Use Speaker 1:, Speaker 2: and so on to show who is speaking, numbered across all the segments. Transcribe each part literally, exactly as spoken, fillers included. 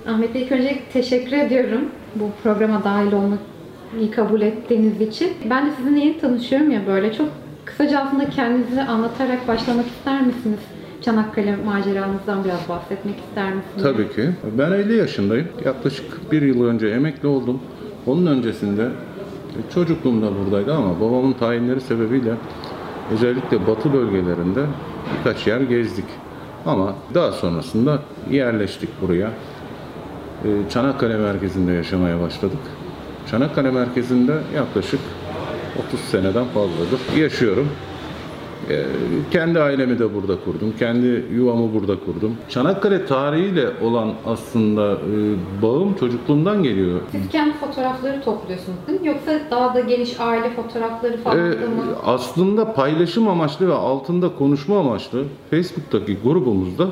Speaker 1: Ahmet Bey, ilk önce teşekkür ediyorum bu programa dahil olmayı kabul ettiğiniz için. Ben de sizinle yeni tanışıyorum ya böyle. Çok kısaca aslında kendinizi anlatarak başlamak ister misiniz? Çanakkale maceranızdan biraz bahsetmek ister misiniz?
Speaker 2: Tabii ki. Ben elli yaşındayım. Yaklaşık bir yıl önce emekli oldum. Onun öncesinde çocukluğum da buradaydı ama babamın tayinleri sebebiyle özellikle batı bölgelerinde birkaç yer gezdik. Ama daha sonrasında yerleştik buraya. Çanakkale merkezinde yaşamaya başladık. Çanakkale merkezinde yaklaşık otuz seneden fazladır yaşıyorum. Kendi ailemi de burada kurdum. Kendi yuvamı burada kurdum. Çanakkale tarihiyle olan aslında bağım çocukluğumdan geliyor.
Speaker 1: Siz kendi fotoğrafları topluyorsunuz değil mi? Yoksa daha da geniş aile fotoğrafları falan da mı?
Speaker 2: Ee, aslında paylaşım amaçlı ve altında konuşma amaçlı Facebook'taki grubumuzda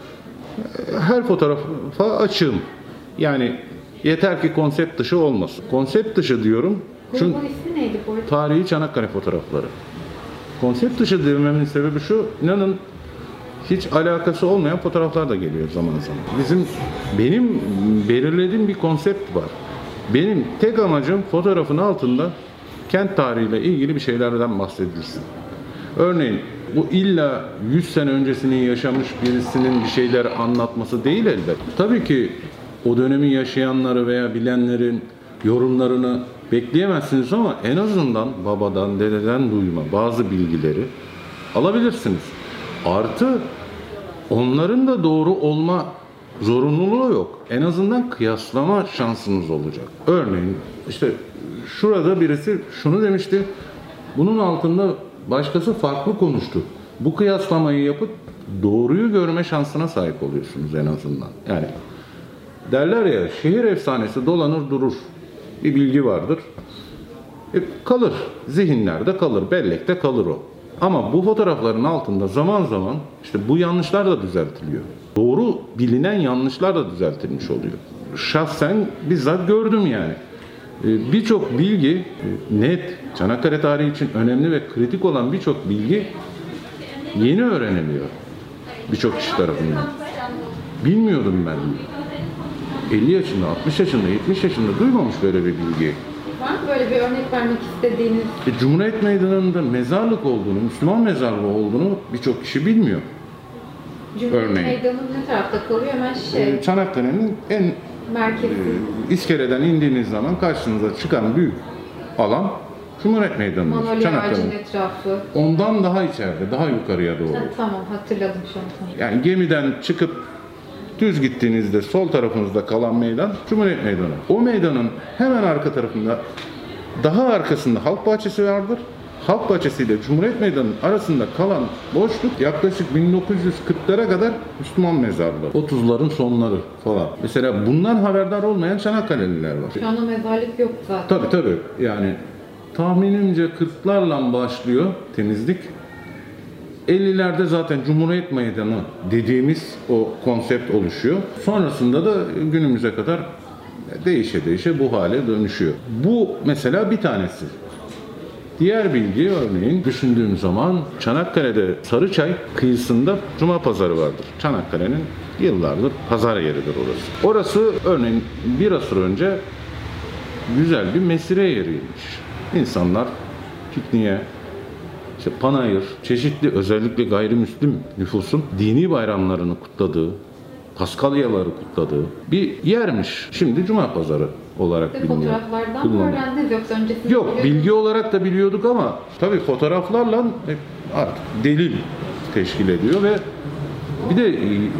Speaker 2: her fotoğrafa açığım. Yani yeter ki konsept dışı olmasın. Konsept dışı diyorum.
Speaker 1: Grubun ismi neydi bu arada?
Speaker 2: Tarihi Çanakkale fotoğrafları. Konsept dışı dememin sebebi şu, inanın hiç alakası olmayan fotoğraflar da geliyor zaman zaman. Bizim, benim belirlediğim bir konsept var. Benim tek amacım fotoğrafın altında kent tarihiyle ilgili bir şeylerden bahsedilsin. Örneğin bu illa yüz sene öncesini yaşamış birisinin bir şeyler anlatması değil elbette. Tabii ki o dönemi yaşayanları veya bilenlerin yorumlarını bekleyemezsiniz ama en azından babadan, dededen duyma bazı bilgileri alabilirsiniz. Artı onların da doğru olma zorunluluğu yok. En azından kıyaslama şansınız olacak. Örneğin işte şurada birisi şunu demişti. Bunun altında başkası farklı konuştu. Bu kıyaslamayı yapıp doğruyu görme şansına sahip oluyorsunuz en azından. Yani derler ya, şehir efsanesi dolanır durur. Bir bilgi vardır. E, kalır. Zihinlerde kalır. Bellekte kalır o. Ama bu fotoğrafların altında zaman zaman işte bu yanlışlar da düzeltiliyor. Doğru bilinen yanlışlar da düzeltilmiş oluyor. Şahsen bizzat gördüm yani. E, birçok bilgi e, net, Çanakkale tarihi için önemli ve kritik olan birçok bilgi yeni öğreniliyor. Birçok kişi tarafından. Bilmiyordum ben. elli yaşında, altmış yaşında, yetmiş yaşında duymamış böyle bir bilgi.
Speaker 1: Var mı böyle bir örnek vermek istediğiniz?
Speaker 2: E, Cumhuriyet Meydanı'nda mezarlık olduğunu, Müslüman mezarlığı olduğunu birçok kişi bilmiyor.
Speaker 1: Cumhuriyet
Speaker 2: Örneğin.
Speaker 1: Meydanı ne tarafta kalıyor? Hemen şey,
Speaker 2: E, Çanakkale'nin en
Speaker 1: merkezi.
Speaker 2: e, iskeleden indiğiniz zaman karşınıza çıkan büyük alan Cumhuriyet Meydanı.
Speaker 1: Manolya ağacının etrafı.
Speaker 2: Ondan daha içeride, daha yukarıya doğru.
Speaker 1: Ha, tamam, hatırladım şu an.
Speaker 2: Yani gemiden çıkıp düz gittiğinizde sol tarafınızda kalan meydan Cumhuriyet Meydanı. O meydanın hemen arka tarafında, daha arkasında Halk Bahçesi vardır. Halk Bahçesi ile Cumhuriyet Meydanı'nın arasında kalan boşluk yaklaşık bin dokuz yüz kırklara kadar Müslüman mezarlığı. otuzların sonları falan. Mesela bundan haberdar olmayan Çanakkale'liler var.
Speaker 1: Şu anda mezarlık yok zaten.
Speaker 2: Tabii tabii. Yani tahminimce kırklarla başlıyor temizlik. ellilerde zaten Cumhuriyet Meydanı dediğimiz o konsept oluşuyor. Sonrasında da günümüze kadar değişe değişe bu hale dönüşüyor. Bu mesela bir tanesi. Diğer bilgi örneğin düşündüğüm zaman Çanakkale'de Sarıçay kıyısında Cuma Pazarı vardır. Çanakkale'nin yıllardır pazar yeridir orası. Orası örneğin bir asır önce güzel bir mesire yeriymiş. İnsanlar pikniğe, İşte panayır, çeşitli özellikle gayrimüslim nüfusun dini bayramlarını kutladığı, Paskalyaları kutladığı bir yermiş. Şimdi Cuma Pazarı olarak biliniyor.
Speaker 1: Fotoğraflardan mı öğrendiniz yoksa öncesinde?
Speaker 2: Yok, bilgi olarak da biliyorduk ama tabii fotoğraflarla artık delil teşkil ediyor ve bir de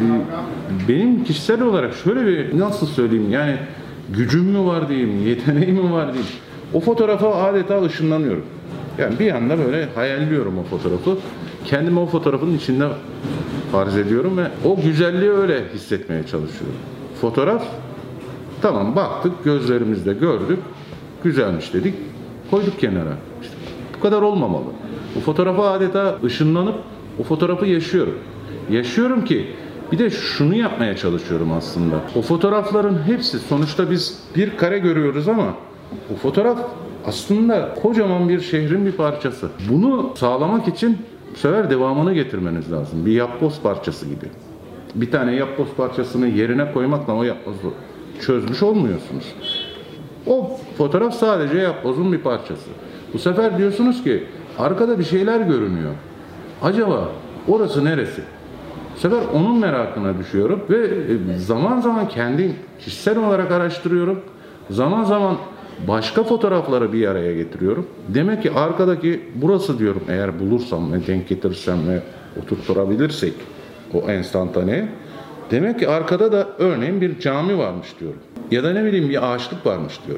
Speaker 2: benim kişisel olarak şöyle bir, nasıl söyleyeyim, yani gücüm mü var diyeyim, yeteneğim mi var diyeyim, o fotoğrafa adeta ışınlanıyorum. Yani bir anda böyle hayalliyorum o fotoğrafı. Kendimi o fotoğrafın içinde farz ediyorum ve o güzelliği öyle hissetmeye çalışıyorum. Fotoğraf, tamam baktık, gözlerimizle gördük, güzelmiş dedik, koyduk kenara. İşte bu kadar olmamalı. O fotoğrafa adeta ışınlanıp o fotoğrafı yaşıyorum. Yaşıyorum ki bir de şunu yapmaya çalışıyorum aslında. O fotoğrafların hepsi, sonuçta biz bir kare görüyoruz ama o fotoğraf aslında kocaman bir şehrin bir parçası. Bunu sağlamak için bu sefer devamını getirmeniz lazım. Bir yapboz parçası gibi. Bir tane yapboz parçasını yerine koymakla o yapbozu çözmüş olmuyorsunuz. O fotoğraf sadece yapbozun bir parçası. Bu sefer diyorsunuz ki arkada bir şeyler görünüyor. Acaba orası neresi? Bu sefer onun merakına düşüyorum ve zaman zaman kendim kişisel olarak araştırıyorum. Zaman zaman başka fotoğrafları bir araya getiriyorum. Demek ki arkadaki burası diyorum, eğer bulursam ve denk getirirsem ve oturtturabilirsek o enstantaneye. Demek ki arkada da örneğin bir cami varmış diyorum. Ya da ne bileyim bir ağaçlık varmış diyorum.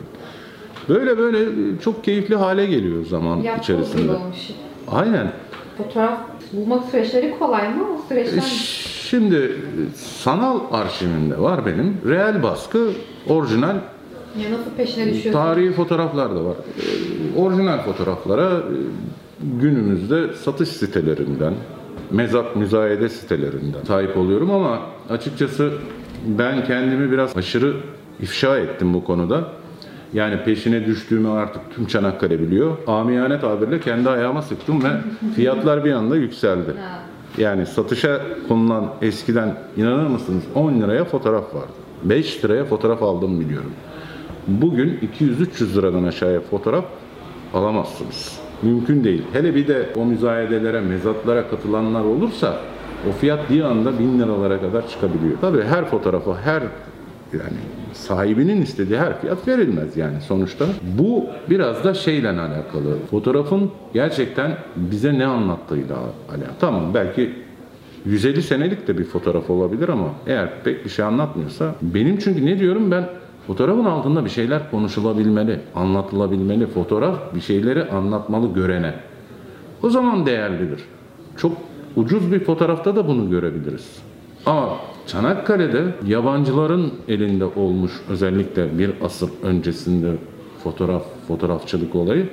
Speaker 2: Böyle böyle çok keyifli hale geliyor zaman
Speaker 1: Yapboz
Speaker 2: içerisinde.
Speaker 1: gibi olmuş.
Speaker 2: Aynen.
Speaker 1: Fotoğraf bulmak süreçleri kolay mı? O süreçler
Speaker 2: Şimdi sanal arşivimde var benim. Reel baskı, orijinal,
Speaker 1: ya nasıl peşine düşüyorsun?
Speaker 2: tarihi fotoğraflar da var. Ee, orijinal fotoğraflara e, günümüzde satış sitelerinden, mezat müzayede sitelerinden sahip oluyorum ama açıkçası ben kendimi biraz aşırı ifşa ettim bu konuda. Yani peşine düştüğümü artık tüm Çanakkale biliyor. Amiyane tabirle kendi ayağıma sıktım ve fiyatlar bir anda yükseldi. Yani satışa konulan eskiden inanır mısınız on liraya fotoğraf vardı. beş liraya fotoğraf aldığımı biliyorum. Bugün iki yüz üç yüz liradan aşağıya fotoğraf alamazsınız. Mümkün değil. Hele bir de o müzayedelere, mezatlara katılanlar olursa o fiyat bir anda bin liralara kadar çıkabiliyor. Tabii her fotoğrafa, her yani sahibinin istediği her fiyat verilmez yani sonuçta. Bu biraz da şeyle alakalı. Fotoğrafın gerçekten bize ne anlattığıyla alakalı. Tamam belki yüz elli senelik de bir fotoğraf olabilir ama eğer pek bir şey anlatmıyorsa benim çünkü ne diyorum ben fotoğrafın altında bir şeyler konuşulabilmeli, anlatılabilmeli. Fotoğraf bir şeyleri anlatmalı görene. O zaman değerlidir. Çok ucuz bir fotoğrafta da bunu görebiliriz. Ama Çanakkale'de yabancıların elinde olmuş özellikle bir asır öncesinde fotoğraf, fotoğrafçılık olayı.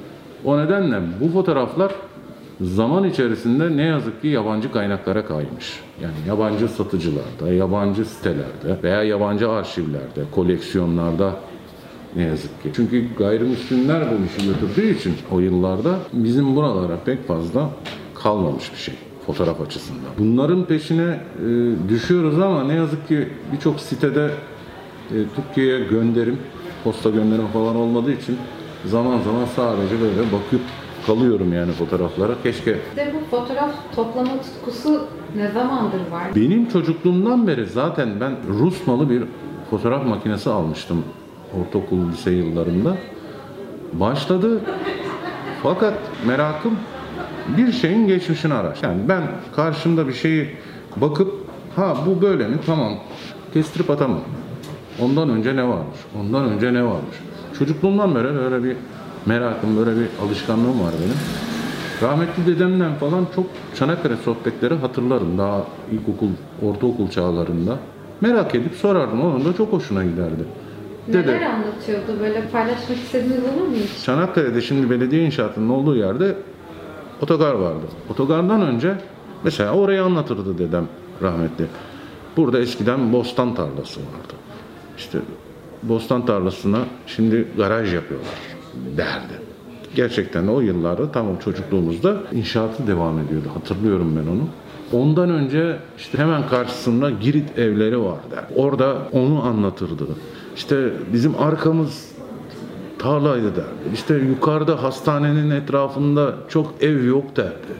Speaker 2: O nedenle bu fotoğraflar zaman içerisinde ne yazık ki yabancı kaynaklara kaymış. Yani yabancı satıcılarda, yabancı sitelerde veya yabancı arşivlerde, koleksiyonlarda ne yazık ki. Çünkü gayrimüslimler bu işi götürdüğü için o yıllarda bizim buralara pek fazla kalmamış bir şey fotoğraf açısından. Bunların peşine e, düşüyoruz ama ne yazık ki birçok sitede e, Türkiye'ye gönderim, posta gönderim falan olmadığı için zaman zaman sadece böyle bakıp kalıyorum yani fotoğraflara. Keşke.
Speaker 1: De bu fotoğraf toplama tutkusu ne zamandır var?
Speaker 2: Benim çocukluğumdan beri zaten ben Rus malı bir fotoğraf makinesi almıştım ortaokul, lise yıllarında. Başladı. Fakat merakım bir şeyin geçmişini araş. Yani ben karşımda bir şeyi bakıp ha bu böyle mi? Tamam. Kestirip atamam. Ondan önce ne varmış? Ondan önce ne varmış? Çocukluğumdan beri böyle bir merakım, böyle bir alışkanlığım var benim. Rahmetli dedemden falan çok Çanakkale sohbetleri hatırlarım. Daha ilkokul, ortaokul çağlarında. Merak edip sorardım. Onun da çok hoşuna giderdi.
Speaker 1: Neler
Speaker 2: Dede,
Speaker 1: anlatıyordu? Böyle paylaşmak istediğiniz olur mu hiç?
Speaker 2: Çanakkale'de şimdi belediye inşaatının olduğu yerde otogar vardı. Otogardan önce mesela orayı anlatırdı dedem rahmetli. Burada eskiden bostan tarlası vardı. İşte bostan tarlasına şimdi garaj yapıyorlar derdi. Gerçekten o yıllarda tam o çocukluğumuzda inşaatı devam ediyordu. Hatırlıyorum ben onu. Ondan önce işte hemen karşısında Girit evleri var der. Orada onu anlatırdı. İşte bizim arkamız tarlaydı derdi. İşte yukarıda hastanenin etrafında çok ev yok derdi.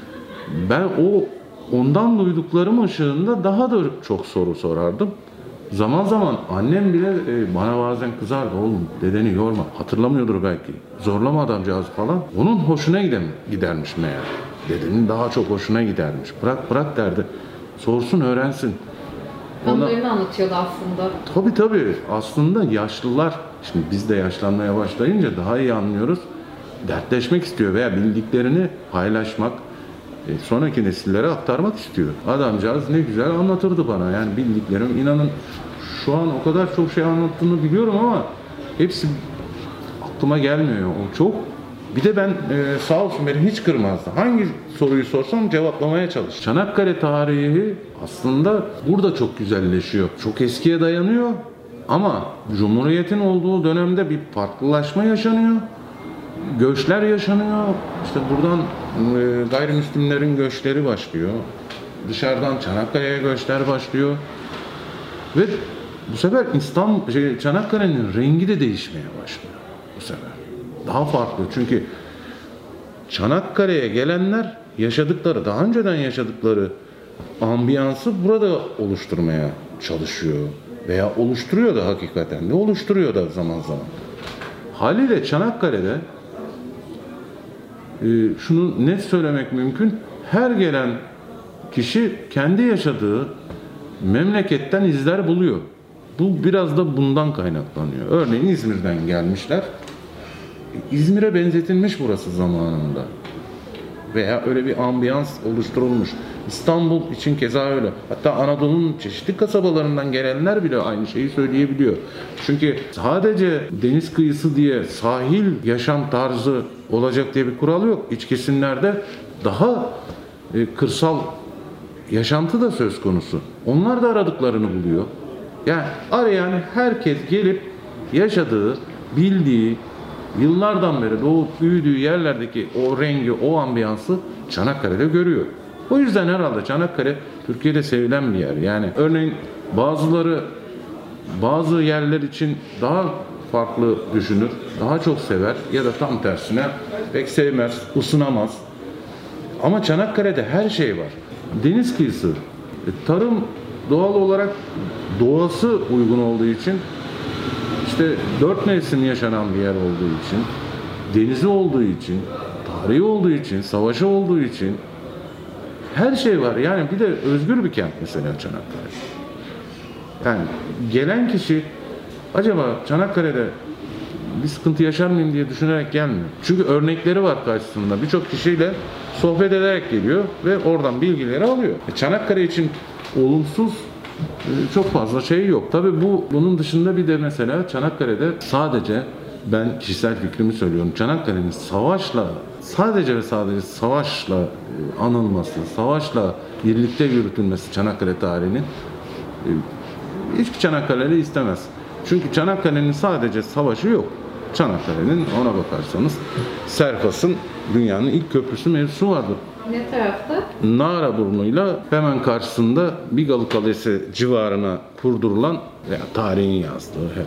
Speaker 2: Ben o ondan duyduklarım ışığında daha da çok soru sorardım. Zaman zaman annem bile e, bana bazen kızardı. Oğlum dedeni yorma. Hatırlamıyordur belki. Zorlama adamcağız falan. Onun hoşuna giden, gidermiş meğer. Dedenin daha çok hoşuna gidermiş. Bırak bırak derdi. Sorsun öğrensin. Ona...
Speaker 1: Anılarını anlatıyordu aslında.
Speaker 2: Tabii tabii. Aslında yaşlılar, şimdi biz de yaşlanmaya başlayınca daha iyi anlıyoruz. Dertleşmek istiyor veya bildiklerini paylaşmak, e, sonraki nesillere aktarmak istiyor. Adamcağız ne güzel anlatırdı bana. Yani bildiklerim, inanın şu an o kadar çok şey anlattığını biliyorum ama hepsi aklıma gelmiyor. O çok. Bir de ben e, sağ olsun beni hiç kırmazdı. Hangi soruyu sorsam cevaplamaya çalış. Çanakkale tarihi aslında burada çok güzelleşiyor. Çok eskiye dayanıyor ama Cumhuriyet'in olduğu dönemde bir farklılaşma yaşanıyor. Göçler yaşanıyor. İşte buradan e, gayrimüslimlerin göçleri başlıyor. dışarıdan Çanakkale'ye göçler başlıyor. Ve bu sefer İstanbul, şey, Çanakkale'nin rengi de değişmeye başlıyor bu sefer. Daha farklı çünkü Çanakkale'ye gelenler yaşadıkları, daha önceden yaşadıkları ambiyansı burada oluşturmaya çalışıyor. Veya oluşturuyor da hakikaten de, oluşturuyor da zaman zaman. Haliyle Çanakkale'de e, şunu net söylemek mümkün, her gelen kişi kendi yaşadığı memleketten izler buluyor. Bu biraz da bundan kaynaklanıyor. Örneğin İzmir'den gelmişler. İzmir'e benzetilmiş burası zamanında. Veya öyle bir ambiyans oluşturulmuş. İstanbul için keza öyle. Hatta Anadolu'nun çeşitli kasabalarından gelenler bile aynı şeyi söyleyebiliyor. Çünkü sadece deniz kıyısı diye sahil yaşam tarzı olacak diye bir kural yok. İç kesimlerde daha e, kırsal yaşantı da söz konusu. Onlar da aradıklarını buluyor. Yani arayan herkes gelip yaşadığı, bildiği, yıllardan beri doğup büyüdüğü yerlerdeki o rengi, o ambiyansı Çanakkale'de görüyor. O yüzden herhalde Çanakkale Türkiye'de sevilen bir yer. Yani örneğin bazıları bazı yerler için daha farklı düşünür, daha çok sever ya da tam tersine pek sevmez, ısınamaz. Ama Çanakkale'de her şey var. Deniz kıyısı, tarım doğal olarak doğası uygun olduğu için, işte dört mevsim yaşanan bir yer olduğu için, denizi olduğu için, tarihi olduğu için, savaşı olduğu için her şey var. Yani bir de özgür bir kent mesela Çanakkale. Yani gelen kişi acaba Çanakkale'de bir sıkıntı yaşar mıyım diye düşünerek gelmiyor. Çünkü örnekleri var karşısında. Birçok kişiyle sohbet ederek geliyor ve oradan bilgileri alıyor. Çanakkale için olumsuz çok fazla şey yok. Tabii bu bunun dışında bir de mesela Çanakkale'de sadece, ben kişisel fikrimi söylüyorum, Çanakkale'nin savaşla, sadece ve sadece savaşla anılması, savaşla birlikte yürütülmesi Çanakkale tarihinin hiçbir Çanakkale'li istemez. Çünkü Çanakkale'nin sadece savaşı yok. Çanakkale'nin ona bakarsanız Serpas'ın dünyanın ilk köprüsü mevzusu vardır.
Speaker 1: Ne tarafta?
Speaker 2: Naraburnu'yla hemen karşısında Bigalı Kalesi civarına kurdurulan, veya tarihin yazdığı hep.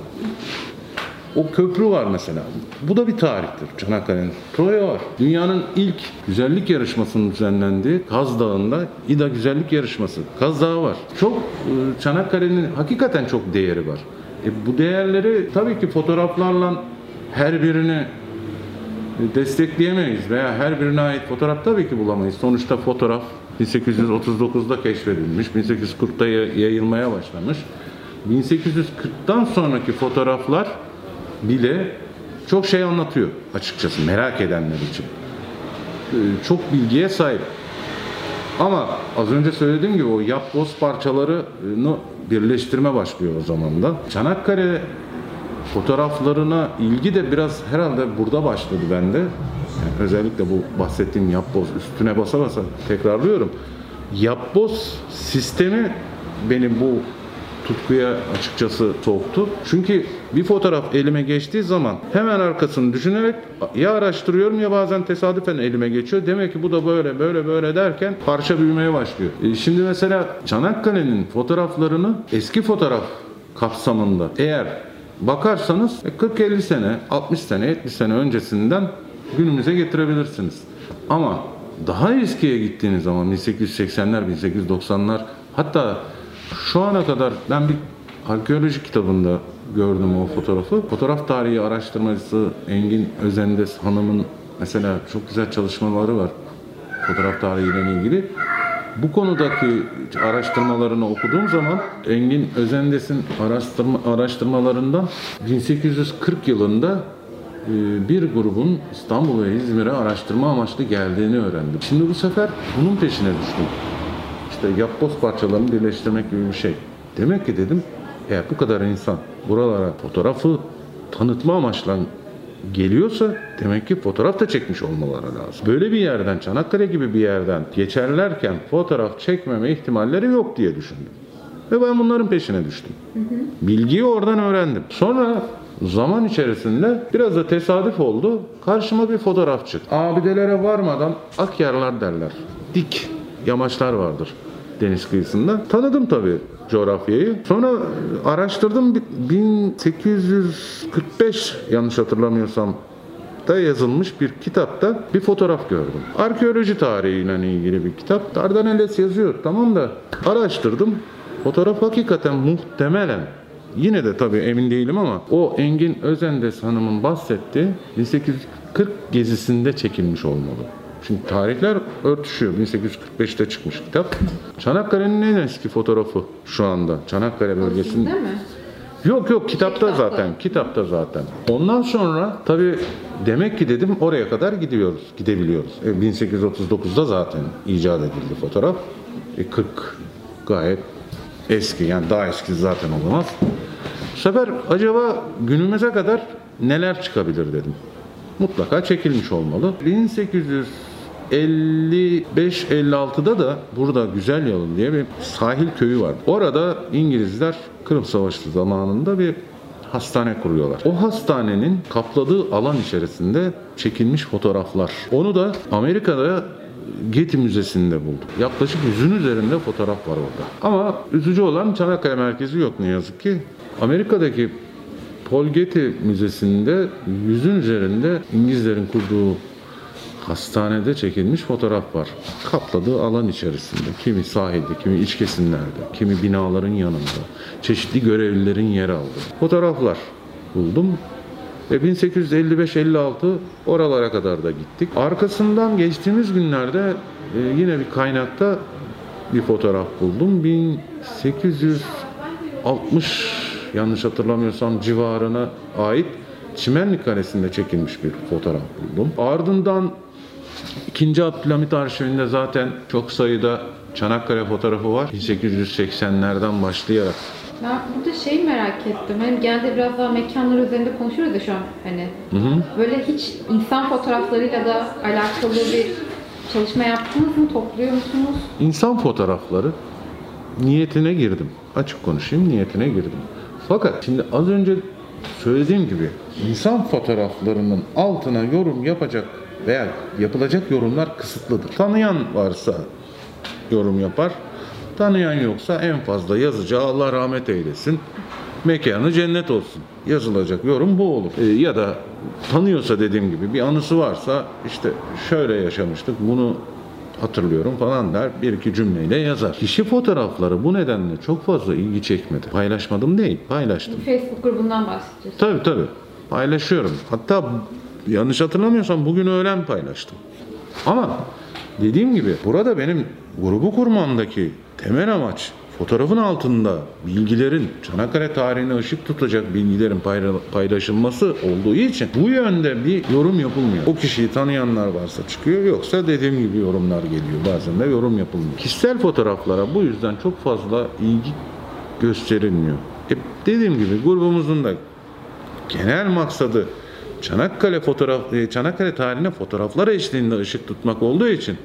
Speaker 2: O köprü var mesela. Bu da bir tarihtir Çanakkale'nin. Troya var. Dünyanın ilk güzellik yarışmasının düzenlendiği Kaz Dağı'nda İda Güzellik Yarışması. Kaz Dağı var. Çok Çanakkale'nin hakikaten çok değeri var. E bu değerleri tabii ki fotoğraflarla her birini destekleyemeyiz veya her birine ait fotoğraf tabii ki bulamayız. Sonuçta fotoğraf bin sekiz yüz otuz dokuzda keşfedilmiş, bin sekiz yüz kırkta yayılmaya başlamış. bin sekiz yüz kırktan sonraki fotoğraflar bile çok şey anlatıyor açıkçası merak edenler için. Çok bilgiye sahip. Ama az önce söylediğim gibi o yapboz parçalarını birleştirme başlıyor o zaman da. Çanakkale fotoğraflarına ilgi de biraz herhalde burada başladı bende. Yani özellikle bu bahsettiğim yapboz, üstüne basa basa tekrarlıyorum. Yapboz sistemi beni bu tutkuya açıkçası soktu. Çünkü bir fotoğraf elime geçtiği zaman hemen arkasını düşünerek ya araştırıyorum ya bazen tesadüfen elime geçiyor. Demek ki bu da böyle böyle böyle derken parça büyümeye başlıyor. E şimdi mesela Çanakkale'nin fotoğraflarını eski fotoğraf kapsamında eğer bakarsanız kırk elli sene, altmış sene, yetmiş sene öncesinden günümüze getirebilirsiniz. Ama daha eskiye gittiğiniz zaman bin sekiz yüz seksenler, bin sekiz yüz doksanlar, hatta şu ana kadar ben bir arkeoloji kitabında gördüm o fotoğrafı. Fotoğraf tarihi araştırmacısı Engin Özendes Hanım'ın mesela çok güzel çalışmaları var fotoğraf tarihiyle ilgili. Bu konudaki araştırmalarını okuduğum zaman Engin Özendes'in araştırma, araştırmalarından bin sekiz yüz kırk yılında bir grubun İstanbul ve İzmir'e araştırma amaçlı geldiğini öğrendim. Şimdi bu sefer bunun peşine düştüm. İşte yapboz parçalarını birleştirmek gibi bir şey. Demek ki dedim, eğer bu kadar insan buralara fotoğrafı tanıtma amaçlı geliyorsa demek ki fotoğraf da çekmiş olmaları lazım. Böyle bir yerden, Çanakkale gibi bir yerden geçerlerken fotoğraf çekmeme ihtimalleri yok diye düşündüm. Ve ben bunların peşine düştüm. Hı hı. Bilgiyi oradan öğrendim. Sonra zaman içerisinde biraz da tesadüf oldu. Karşıma bir fotoğraf çıktı. Abidelere varmadan Akyarlar derler. Dik yamaçlar vardır. deniz kıyısında. Tanıdım tabii coğrafyayı. Sonra araştırdım. bin sekiz yüz kırk beş yanlış hatırlamıyorsam da yazılmış bir kitapta bir fotoğraf gördüm. Arkeoloji tarihiyle ilgili bir kitap. Dardanelles yazıyor, tamam da araştırdım. Fotoğraf hakikaten muhtemelen, yine de tabii emin değilim ama o Engin Özendes Hanım'ın bahsettiği bin sekiz yüz kırk gezisinde çekilmiş olmalı. Çünkü tarihler örtüşüyor. bin sekiz yüz kırk beşte çıkmış kitap. Çanakkale'nin en eski fotoğrafı şu anda. Çanakkale bölgesinde.
Speaker 1: Değil mi?
Speaker 2: Yok yok kitapta,
Speaker 1: Kitapta.
Speaker 2: zaten. Kitapta zaten. Ondan sonra tabii demek ki dedim oraya kadar gidiyoruz. Gidebiliyoruz. E, bin sekiz yüz otuz dokuzda zaten icat edildi fotoğraf. E, kırk gayet eski. Yani daha eski zaten olamaz. Bu sefer acaba günümüze kadar neler çıkabilir dedim. Mutlaka çekilmiş olmalı. bin sekiz yüz elli beş elli altıda da burada Güzelyalı diye bir sahil köyü var. Orada İngilizler Kırım Savaşı zamanında bir hastane kuruyorlar. O hastanenin kapladığı alan içerisinde çekilmiş fotoğraflar. Onu da Amerika'da Getty Müzesi'nde buldum. Yaklaşık yüzün üzerinde fotoğraf var orada. Ama üzücü olan Çanakkale merkezi yok ne yazık ki. Amerika'daki Paul Getty Müzesi'nde yüzün üzerinde İngilizlerin kurduğu hastanede çekilmiş fotoğraf var. Kapladığı alan içerisinde. Kimi sahilde, kimi iç kesimlerde, kimi binaların yanında, çeşitli görevlilerin yer aldığı fotoğraflar buldum. Ve bin sekiz yüz elli beş elli altı oralara kadar da gittik. Arkasından geçtiğimiz günlerde e, yine bir kaynakta bir fotoğraf buldum. bin sekiz yüz altmış yanlış hatırlamıyorsam civarına ait Çimenlik Kalesi'nde çekilmiş bir fotoğraf buldum. Ardından ikinci. Abdülhamit arşivinde zaten çok sayıda Çanakkale fotoğrafı var. bin sekiz yüz seksenlerden başlayarak.
Speaker 1: Ben burada şeyi merak ettim. Hani genelde biraz daha mekanlar üzerinde konuşuyoruz ya şu an hani.
Speaker 2: Hı hı.
Speaker 1: Böyle hiç insan fotoğraflarıyla da alakalı bir çalışma yaptınız mı? Topluyor musunuz?
Speaker 2: İnsan fotoğrafları niyetine girdim. Açık konuşayım, niyetine girdim. Fakat şimdi az önce söylediğim gibi insan fotoğraflarının altına yorum yapacak veya yapılacak yorumlar kısıtlıdır. Tanıyan varsa yorum yapar, tanıyan yoksa en fazla yazacağı Allah rahmet eylesin, mekanı cennet olsun. Yazılacak yorum bu olur. Ee, ya da tanıyorsa dediğim gibi bir anısı varsa işte şöyle yaşamıştık, bunu hatırlıyorum falan der, bir iki cümleyle yazar. Kişi fotoğrafları bu nedenle çok fazla ilgi çekmedi. Paylaşmadım değil, paylaştım.
Speaker 1: Facebook grubundan bahsediyorsun.
Speaker 2: Tabii tabii. Paylaşıyorum. Hatta yanlış hatırlamıyorsam bugün öğlen paylaştım. Ama dediğim gibi burada benim grubu kurmamdaki temel amaç fotoğrafın altında bilgilerin, Çanakkale tarihine ışık tutacak bilgilerin paylaşılması olduğu için bu yönde bir yorum yapılmıyor. O kişiyi tanıyanlar varsa çıkıyor, yoksa dediğim gibi yorumlar geliyor. Bazen de yorum yapılmıyor. Kişisel fotoğraflara bu yüzden çok fazla ilgi gösterilmiyor. E dediğim gibi grubumuzun da genel maksadı Çanakkale fotoğraf Çanakkale tarihine fotoğraflar eşliğinde ışık tutmak olduğu için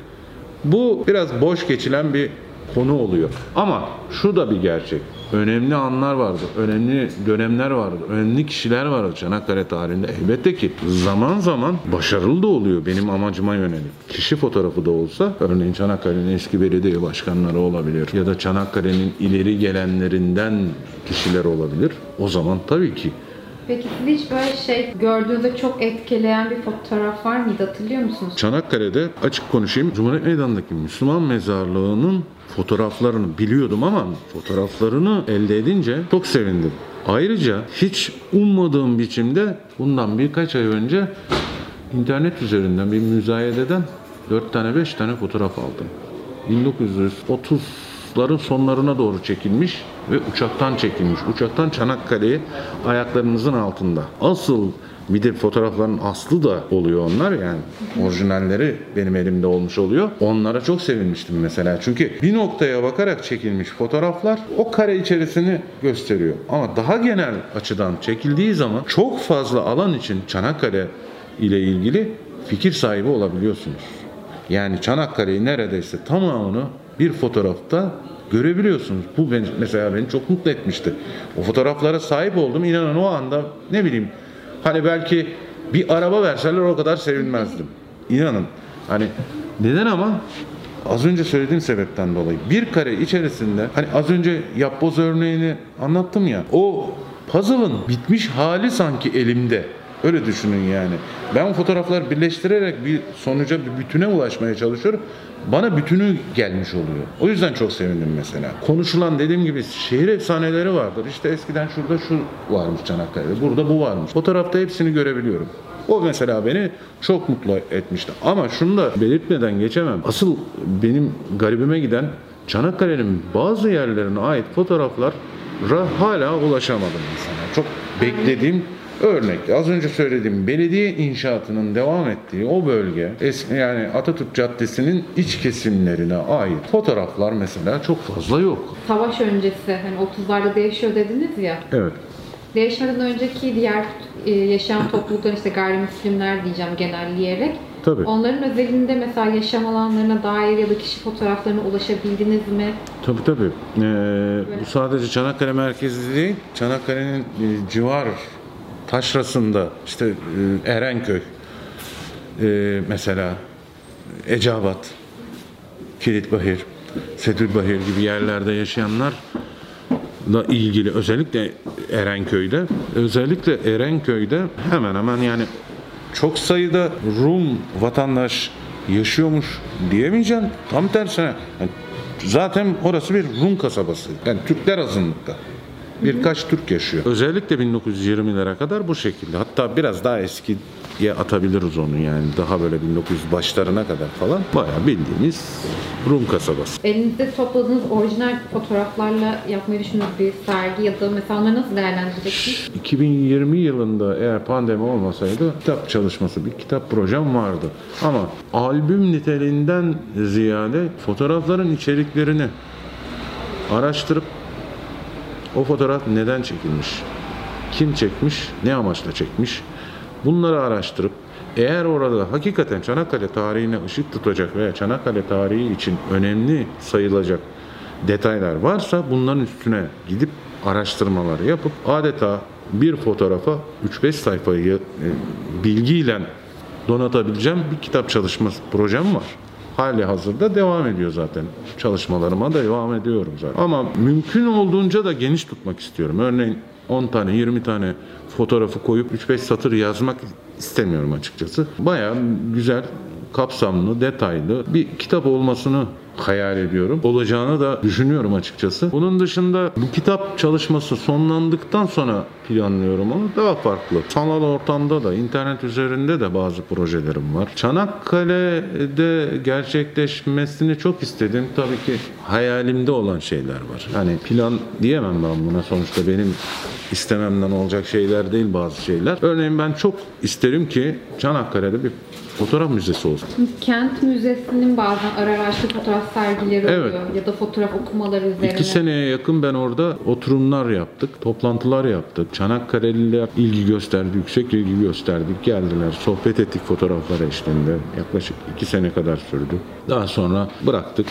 Speaker 2: bu biraz boş geçilen bir konu oluyor. Ama şu da bir gerçek. Önemli anlar vardı, önemli dönemler vardı, önemli kişiler vardı Çanakkale tarihinde. Elbette ki zaman zaman başarılı da oluyor benim amacıma yönelik. Kişi fotoğrafı da olsa, örneğin Çanakkale'nin eski belediye başkanları olabilir ya da Çanakkale'nin ileri gelenlerinden kişiler olabilir. O zaman tabii ki.
Speaker 1: Peki siz hiç böyle şey gördüğünüzde çok etkileyen bir fotoğraf var mıydı, hatırlıyor musunuz?
Speaker 2: Çanakkale'de açık konuşayım, Cumhuriyet Meydanı'ndaki Müslüman mezarlığının fotoğraflarını biliyordum ama fotoğraflarını elde edince çok sevindim. Ayrıca hiç ummadığım biçimde bundan birkaç ay önce internet üzerinden bir müzayededen dört tane beş tane fotoğraf aldım. bin dokuz yüz otuzların sonlarına doğru çekilmiş ve uçaktan çekilmiş. Uçaktan Çanakkale'ye ayaklarınızın altında. Asıl bir de fotoğrafların aslı da oluyor onlar, yani orijinalleri benim elimde olmuş oluyor. Onlara çok sevinmiştim mesela. Çünkü bir noktaya bakarak çekilmiş fotoğraflar o kare içerisini gösteriyor. Ama daha genel açıdan çekildiği zaman çok fazla alan için Çanakkale ile ilgili fikir sahibi olabiliyorsunuz. Yani Çanakkale'yi neredeyse tamamını bir fotoğrafta görebiliyorsunuz. Bu beni, mesela beni çok mutlu etmişti. O fotoğraflara sahip oldum. İnanın o anda ne bileyim, hani belki bir araba verseler o kadar sevinmezdim. İnanın. Hani neden ama? Az önce söylediğim sebepten dolayı. Bir kare içerisinde, hani az önce yapboz örneğini anlattım ya, o puzzle'ın bitmiş hali sanki elimde. Öyle düşünün yani. Ben fotoğrafları birleştirerek bir sonuca, bir bütüne ulaşmaya çalışıyorum. Bana bütünü gelmiş oluyor. O yüzden çok sevindim mesela. Konuşulan, dediğim gibi, şehir efsaneleri vardır. İşte eskiden şurada şu varmış Çanakkale'de, burada bu varmış. Fotoğrafta hepsini görebiliyorum. O mesela beni çok mutlu etmişti. Ama şunu da belirtmeden geçemem. Asıl benim garibime giden, Çanakkale'nin bazı yerlerine ait fotoğraflara hala ulaşamadım insana. Çok beklediğim örnek. Az önce söylediğim belediye inşaatının devam ettiği o bölge, eski, yani Atatürk Caddesi'nin iç kesimlerine ait fotoğraflar mesela çok fazla yok.
Speaker 1: Savaş öncesi, hani otuzlarda değişiyor dediniz ya.
Speaker 2: Evet.
Speaker 1: Değişmeden önceki diğer e, yaşayan topluluklar, işte gayrimüslimler diyeceğim genelleyerek.
Speaker 2: Tabii.
Speaker 1: Onların özelinde mesela yaşam alanlarına dair ya da kişi fotoğraflarına ulaşabildiniz mi?
Speaker 2: Tabii tabii. Ee, bu sadece Çanakkale merkezli değil, Çanakkale'nin e, civar taşrasında, işte e, Erenköy, e, mesela Eceabat, Kilitbahir, Sedülbahir gibi yerlerde yaşayanlar da ilgili, özellikle Erenköy'de, özellikle Erenköy'de hemen hemen, yani çok sayıda Rum vatandaş yaşıyormuş diyemeyeceğim. Tam tersine. Yani zaten orası bir Rum kasabası. Yani Türkler azınlıkta. Birkaç Türk yaşıyor. Özellikle bin dokuz yüz yirmilere kadar bu şekilde. Hatta biraz daha eskiye atabiliriz onu, yani daha böyle bin dokuz yüz başlarına kadar falan. Bayağı bildiğimiz Rum kasabası.
Speaker 1: Elinizde topladığınız orijinal fotoğraflarla yapmayı düşündüğünüz bir sergi ya da mesela onları nasıl değerlendireceksiniz?
Speaker 2: iki bin yirmi yılında eğer pandemi olmasaydı kitap çalışması, bir kitap projem vardı. Ama albüm niteliğinden ziyade fotoğrafların içeriklerini araştırıp, o fotoğraf neden çekilmiş, kim çekmiş, ne amaçla çekmiş, bunları araştırıp, eğer orada hakikaten Çanakkale tarihine ışık tutacak veya Çanakkale tarihi için önemli sayılacak detaylar varsa bunların üstüne gidip araştırmaları yapıp adeta bir fotoğrafa üç beş sayfayı e, bilgiyle donatabileceğim bir kitap çalışması projem var. Hali hazırda devam ediyor zaten. Çalışmalarıma da devam ediyorum zaten. Ama mümkün olduğunca da geniş tutmak istiyorum. Örneğin on tane, yirmi tane fotoğrafı koyup üç beş satır yazmak istemiyorum açıkçası. Bayağı güzel, kapsamlı, detaylı bir kitap olmasını hayal ediyorum. Olacağını da düşünüyorum açıkçası. Bunun dışında bu kitap çalışması sonlandıktan sonra planlıyorum onu. Daha farklı. Sanal ortamda da, internet üzerinde de bazı projelerim var. Çanakkale'de gerçekleşmesini çok istedim. Tabii ki hayalimde olan şeyler var. Hani plan diyemem ben buna. Sonuçta benim istememden olacak şeyler değil bazı şeyler. Örneğin ben çok isterim ki Çanakkale'de bir fotoğraf müzesi olsun.
Speaker 1: Kent Müzesi'nin bazen ara ara açtığı fotoğraf sergileri oluyor,
Speaker 2: Evet.
Speaker 1: ya da fotoğraf okumaları üzerine.
Speaker 2: İki seneye yakın ben orada oturumlar yaptık, toplantılar yaptık. Çanakkale'liler ilgi gösterdi, yüksek ilgi gösterdik. Geldiler, sohbet ettik fotoğraflar eşliğinde. Yaklaşık iki sene kadar sürdü. Daha sonra bıraktık.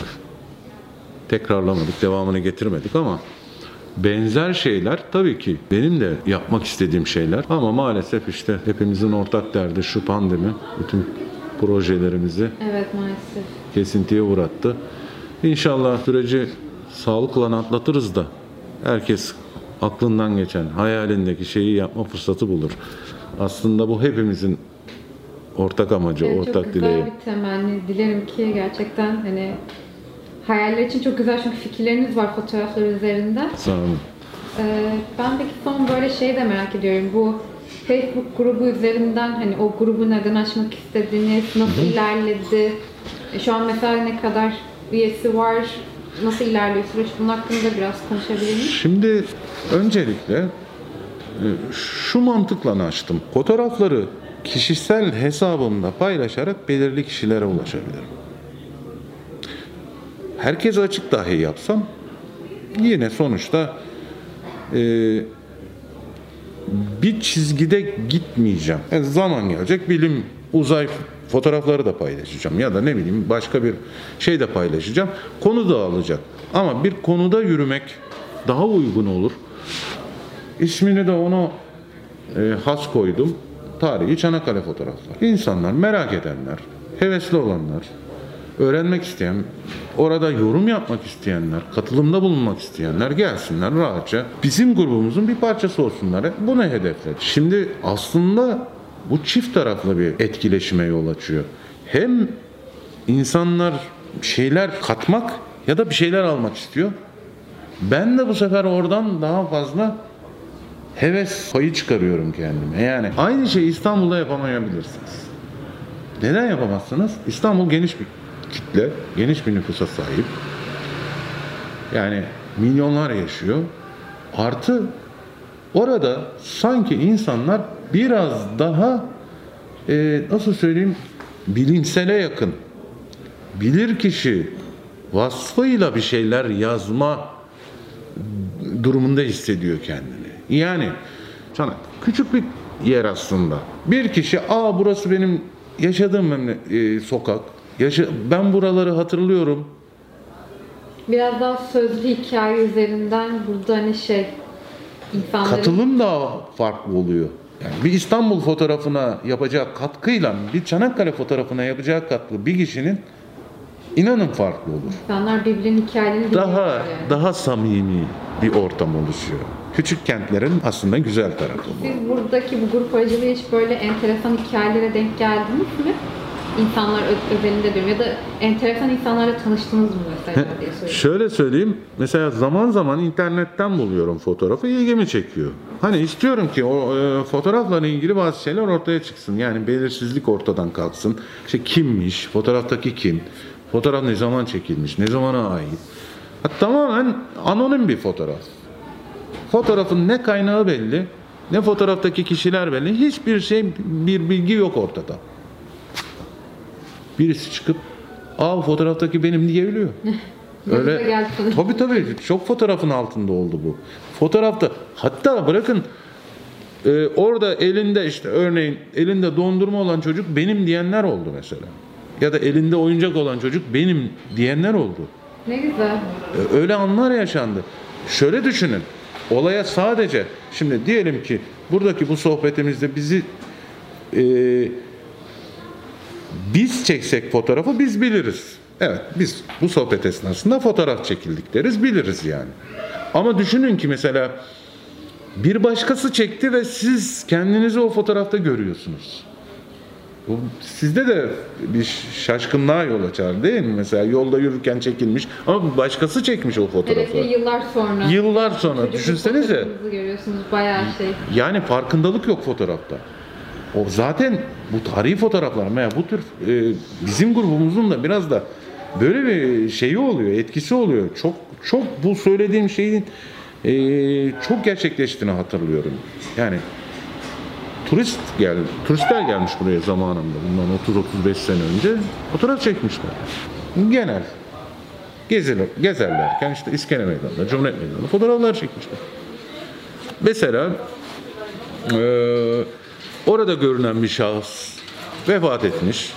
Speaker 2: Tekrarlamadık, devamını getirmedik ama benzer şeyler tabii ki benim de yapmak istediğim şeyler. Ama maalesef işte hepimizin ortak derdi şu pandemi. Bütün projelerimizi
Speaker 1: Evet, maalesef.
Speaker 2: kesintiye uğrattı. İnşallah süreci sağlıkla atlatırız da herkes aklından geçen, hayalindeki şeyi yapma fırsatı bulur. Aslında bu hepimizin ortak amacı,
Speaker 1: Evet,
Speaker 2: ortak
Speaker 1: çok güzel
Speaker 2: dileği.
Speaker 1: bir temenni. Dilerim ki gerçekten hani hayaller için çok güzel, çünkü fikirleriniz var fotoğraflar üzerinde.
Speaker 2: Sağ olun.
Speaker 1: Ee, ben peki son böyle şey de merak ediyorum. Bu Facebook grubu üzerinden hani o grubu neden açmak istediniz, nasıl ilerledi? E, Şu an mesela ne kadar üyesi var, nasıl ilerliyor süreç? Bunun hakkında biraz konuşabilir miyiz?
Speaker 2: Şimdi öncelikle e, şu mantıkla açtım. Fotoğrafları kişisel hesabımda paylaşarak belirli kişilere ulaşabilirim. Herkese açık dahi yapsam yine sonuçta e, bir çizgide gitmeyeceğim. Yani zaman gelecek, bilim, uzay fotoğrafları da paylaşacağım ya da ne bileyim başka bir şey de paylaşacağım. Konu dağılacak. Ama bir konuda yürümek daha uygun olur. İsmini de ona e, has koydum. Tarihi Çanakkale fotoğrafları. İnsanlar, merak edenler, hevesli olanlar, öğrenmek isteyen, orada yorum yapmak isteyenler, katılımda bulunmak isteyenler gelsinler rahatça. Bizim grubumuzun bir parçası olsunlar. Bunu hedefledik. Şimdi aslında bu çift taraflı bir etkileşime yol açıyor. Hem insanlar şeyler katmak ya da bir şeyler almak istiyor. Ben de bu sefer oradan daha fazla heves payı çıkarıyorum kendime. Yani aynı şeyi İstanbul'da yapamayabilirsiniz. Neden yapamazsınız? İstanbul geniş bir kitle, geniş bir nüfusa sahip. Yani milyonlar yaşıyor. Artı orada sanki insanlar biraz daha e, nasıl söyleyeyim bilimsele yakın. Bilir kişi vasfıyla bir şeyler yazma durumunda hissediyor kendini. Yani sana küçük bir yer aslında. Bir kişi, aa burası benim yaşadığım memle- e, sokak. Yaşa- ben buraları hatırlıyorum.
Speaker 1: Biraz daha sözlü hikaye üzerinden burada hani şey insanların...
Speaker 2: Katılım da farklı oluyor. Yani bir İstanbul fotoğrafına yapacağı katkıyla bir Çanakkale fotoğrafına yapacağı katkı bir kişinin inanın farklı olur.
Speaker 1: İnsanlar birbirinin hikayelerini
Speaker 2: Daha
Speaker 1: dinliyorlar yani.
Speaker 2: daha samimi bir ortam oluşuyor. Küçük kentlerin aslında güzel tarafı bu.
Speaker 1: Siz buradaki bu grup aracılığıyla hiç böyle enteresan hikayelere denk geldiniz mi? İnsanlar ö- özelinde diyorum ya da enteresan insanlarla tanıştınız mı mesela diye soruyorum.
Speaker 2: Şöyle söyleyeyim, mesela zaman zaman internetten buluyorum fotoğrafı, ilgimi çekiyor. Hani istiyorum ki o e, fotoğrafla ilgili bazı şeyler ortaya çıksın. Yani belirsizlik ortadan kalksın. İşte kimmiş, fotoğraftaki kim, fotoğraf ne zaman çekilmiş, ne zamana ait. Ha, tamamen anonim bir fotoğraf. Fotoğrafın ne kaynağı belli, ne fotoğraftaki kişiler belli. Hiçbir şey, bir bilgi yok ortada. Birisi çıkıp, aa bu fotoğraftaki benim diyebiliyor.
Speaker 1: Öyle geldi.
Speaker 2: Tabii tabii. Çok fotoğrafın altında oldu bu. Fotoğrafta, hatta bırakın e, orada elinde işte örneğin elinde dondurma olan çocuk benim diyenler oldu mesela. Ya da elinde oyuncak olan çocuk benim diyenler oldu.
Speaker 1: Ne güzel.
Speaker 2: E, öyle anlar yaşandı. Şöyle düşünün. Olaya sadece, şimdi diyelim ki buradaki bu sohbetimizde bizi e, biz çeksek fotoğrafı biz biliriz. Evet, biz bu sohbet esnasında fotoğraf çekildik deriz, biliriz yani. Ama düşünün ki mesela bir başkası çekti ve siz kendinizi o fotoğrafta görüyorsunuz. Bu sizde de bir şaşkınlığa yol açar değil mi? Mesela yolda yürürken çekilmiş ama başkası çekmiş o fotoğrafı.
Speaker 1: Evet, yıllar sonra.
Speaker 2: Yıllar sonra
Speaker 1: Çocukluk
Speaker 2: düşünsenize.
Speaker 1: fotoğrafınızı görüyorsunuz bayağı şey.
Speaker 2: Yani farkındalık yok fotoğrafta. O zaten bu tarihi fotoğraflar veya bu tür e, bizim grubumuzun da biraz da böyle bir şeyi oluyor, etkisi oluyor. Çok çok bu söylediğim şeyin e, çok gerçekleştiğini hatırlıyorum. Yani turist gel, turistler gelmiş buraya zamanında bundan otuz otuz beş sene önce fotoğraf çekmişler. Genel geziler, gezerlerken işte İskele Meydanı'nda, Cumhuriyet Meydanı'nda fotoğraflar çekmişler. Mesela eee orada görünen bir şahıs vefat etmiş.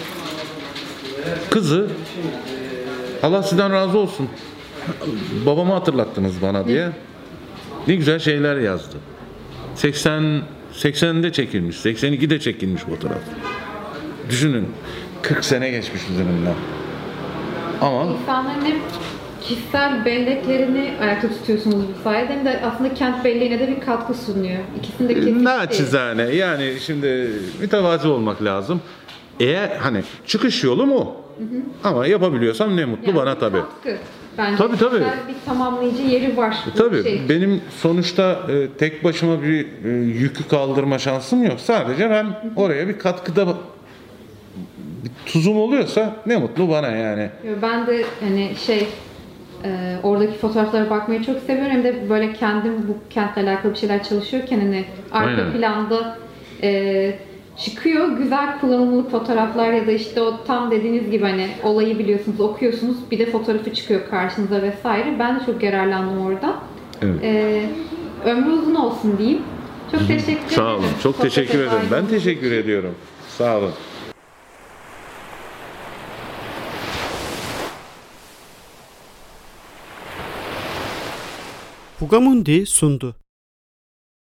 Speaker 2: Kızı, Allah sizden razı olsun, babamı hatırlattınız bana diye ne güzel şeyler yazdı. seksen seksende çekilmiş, seksen ikide çekilmiş fotoğraf. Düşünün, kırk sene geçmiş üzerinden. Ama
Speaker 1: İnsanların hem kişisel belleklerini ayakta tutuyorsunuz bu sayede hem de aslında kent belleğine de bir katkı sunuyor. İkisini de kesinlikle.
Speaker 2: naçizane yani şimdi mütevazi olmak lazım. Eğer hani çıkış yolu mu? Hı hı. Ama yapabiliyorsam ne mutlu
Speaker 1: Yani
Speaker 2: bana
Speaker 1: bir
Speaker 2: tabii.
Speaker 1: katkı. Bence
Speaker 2: Tabii, tabii.
Speaker 1: güzel bir tamamlayıcı yeri var. bu
Speaker 2: Tabii
Speaker 1: şey.
Speaker 2: benim sonuçta e, tek başıma bir e, yükü kaldırma şansım yok. Sadece ben oraya bir katkıda bir tuzum oluyorsa ne mutlu bana yani.
Speaker 1: Ben de hani şey e, oradaki fotoğraflara bakmayı çok seviyorum. Hem de böyle kendim bu kentle alakalı bir şeyler çalışıyorken hani arka
Speaker 2: Aynen.
Speaker 1: planda e, çıkıyor güzel kullanımlık fotoğraflar ya da işte o tam dediğiniz gibi hani olayı biliyorsunuz, okuyorsunuz, bir de fotoğrafı çıkıyor karşınıza vesaire. Ben de çok yararlandım orada.
Speaker 2: Evet.
Speaker 1: E, ömrü uzun olsun diyeyim. Çok teşekkür ederim.
Speaker 2: Sağ olun. Çok
Speaker 1: Sohbete
Speaker 2: teşekkür ederim.
Speaker 1: dahil
Speaker 2: Ben
Speaker 1: olduğunuz
Speaker 2: teşekkür
Speaker 1: için.
Speaker 2: ediyorum. Sağ olun.
Speaker 3: Fugamundi sundu.